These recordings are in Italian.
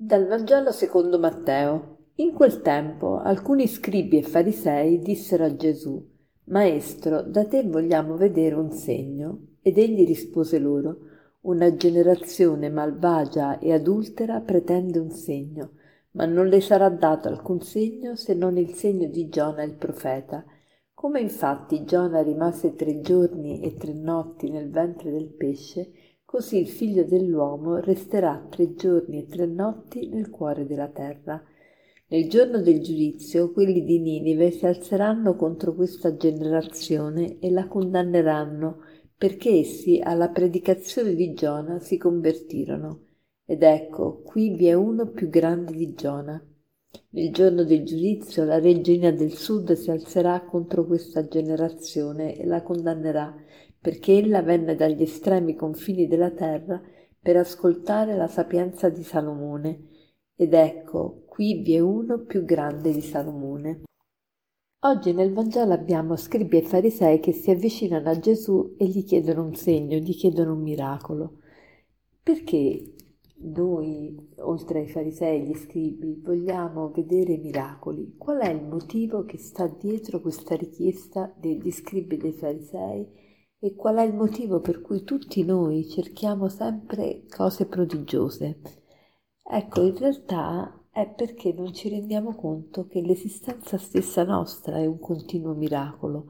Dal Vangelo secondo Matteo. In quel tempo alcuni scribi e farisei dissero a Gesù: Maestro, da te vogliamo vedere un segno. Ed egli rispose loro: Una generazione malvagia e adultera pretende un segno, ma non le sarà dato alcun segno se non il segno di Giona il profeta. Come infatti Giona rimase 3 giorni e 3 notti nel ventre del pesce, così il figlio dell'uomo resterà 3 giorni e 3 notti nel cuore della terra. Nel giorno del giudizio, quelli di Ninive si alzeranno contro questa generazione e la condanneranno, perché essi alla predicazione di Giona si convertirono. Ed ecco, qui vi è uno più grande di Giona. Nel giorno del giudizio la regina del sud si alzerà contro questa generazione e la condannerà, perché ella venne dagli estremi confini della terra per ascoltare la sapienza di Salomone. Ed ecco, qui vi è uno più grande di Salomone. Oggi nel Vangelo abbiamo scribi e farisei che si avvicinano a Gesù e gli chiedono un segno, gli chiedono un miracolo. Perché noi, oltre ai farisei e agli scribi, vogliamo vedere miracoli? Qual è il motivo che sta dietro questa richiesta degli scribi e dei farisei? E qual è il motivo per cui tutti noi cerchiamo sempre cose prodigiose? Ecco, in realtà è perché non ci rendiamo conto che l'esistenza stessa nostra è un continuo miracolo.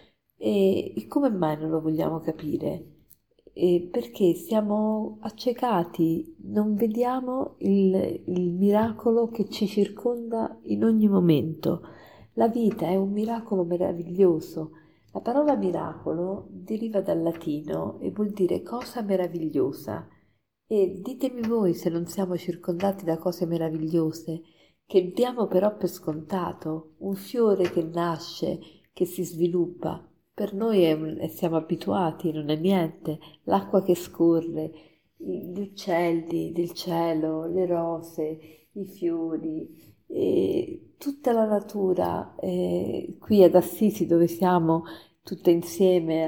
E come mai non lo vogliamo capire? Perché siamo accecati, non vediamo il miracolo che ci circonda in ogni momento. La vita è un miracolo meraviglioso. La parola miracolo deriva dal latino e vuol dire cosa meravigliosa. E ditemi voi se non siamo circondati da cose meravigliose, che diamo però per scontato, un fiore che nasce, che si sviluppa. Per noi siamo abituati, non è niente, l'acqua che scorre, gli uccelli del cielo, le rose, i fiori, e tutta la natura. Qui ad Assisi dove siamo tutte insieme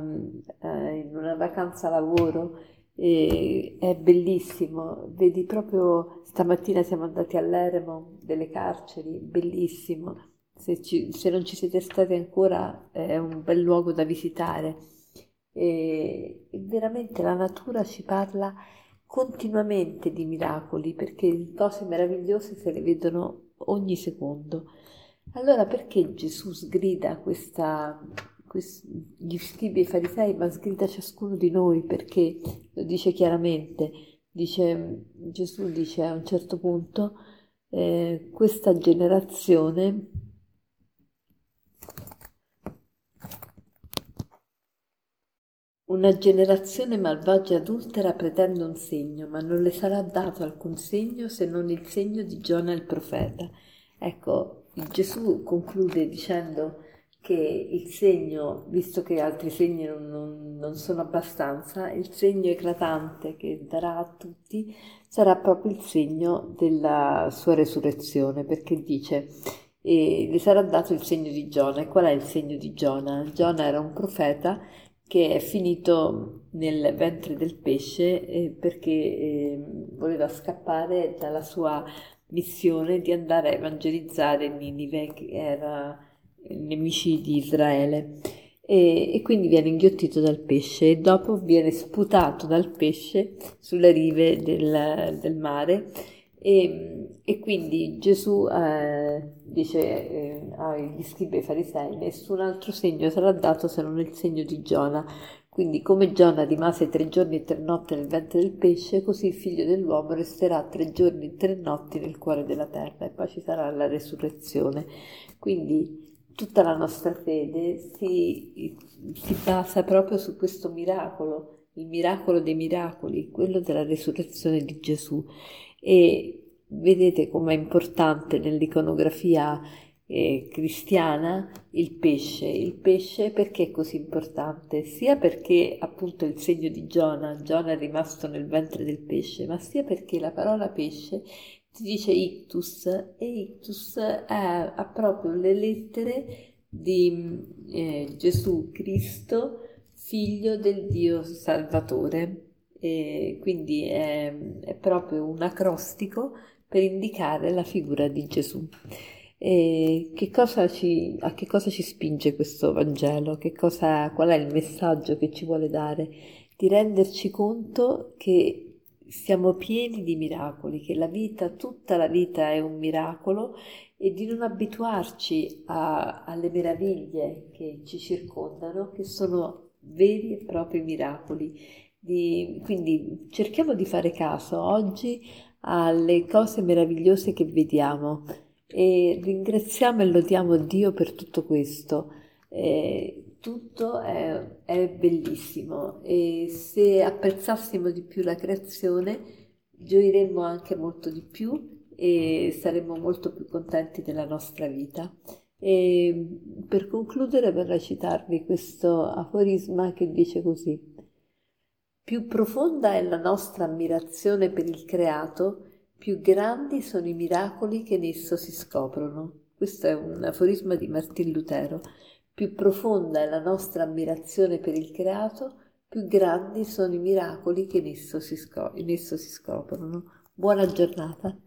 in una vacanza lavoro, è bellissimo, vedi proprio stamattina siamo andati all'Eremo delle carceri, bellissimo. Se non ci siete stati ancora è un bel luogo da visitare e veramente la natura ci parla continuamente di miracoli perché cose meravigliose se le vedono ogni secondo. Allora perché Gesù sgrida gli scribi e i farisei, ma sgrida ciascuno di noi? Perché lo dice chiaramente, Gesù dice a un certo punto, questa generazione Una generazione malvagia e adultera pretende un segno, ma non le sarà dato alcun segno se non il segno di Giona il profeta. Ecco, Gesù conclude dicendo che il segno, visto che altri segni non sono abbastanza, il segno eclatante che darà a tutti sarà proprio il segno della sua resurrezione, perché dice e le sarà dato il segno di Giona. E qual è il segno di Giona? Giona era un profeta che è finito nel ventre del pesce perché voleva scappare dalla sua missione di andare a evangelizzare Ninive, che era nemici di Israele. E quindi viene inghiottito dal pesce e dopo viene sputato dal pesce sulle rive del mare e quindi Gesù dice agli scribi e ai farisei: nessun altro segno sarà dato se non il segno di Giona. Quindi come Giona rimase 3 giorni e 3 notti nel ventre del pesce, così il figlio dell'uomo resterà 3 giorni e 3 notti nel cuore della terra e poi ci sarà la resurrezione. Quindi tutta la nostra fede si basa proprio su questo miracolo, il miracolo dei miracoli, quello della resurrezione di Gesù. E vedete com'è importante nell'iconografia cristiana il pesce perché è così importante? Sia perché appunto è il segno di Giona, Giona è rimasto nel ventre del pesce, ma sia perché la parola pesce ti dice ictus e ictus ha proprio le lettere di Gesù Cristo, figlio del Dio Salvatore. E quindi è proprio un acrostico per indicare la figura di Gesù. E a che cosa ci spinge questo Vangelo? Qual è il messaggio che ci vuole dare? Di renderci conto che siamo pieni di miracoli, che tutta la vita è un miracolo e di non abituarci alle meraviglie che ci circondano, che sono veri e propri miracoli. Quindi cerchiamo di fare caso oggi alle cose meravigliose che vediamo e ringraziamo e lodiamo Dio per tutto questo. Tutto è bellissimo e se apprezzassimo di più la creazione gioiremmo anche molto di più e saremmo molto più contenti della nostra vita. E per concludere vorrei citarvi questo aforisma che dice così: più profonda è la nostra ammirazione per il creato, più grandi sono i miracoli che in esso si scoprono. Questo è un aforisma di Martin Lutero. Più profonda è la nostra ammirazione per il creato, più grandi sono i miracoli che in esso si scoprono. Buona giornata.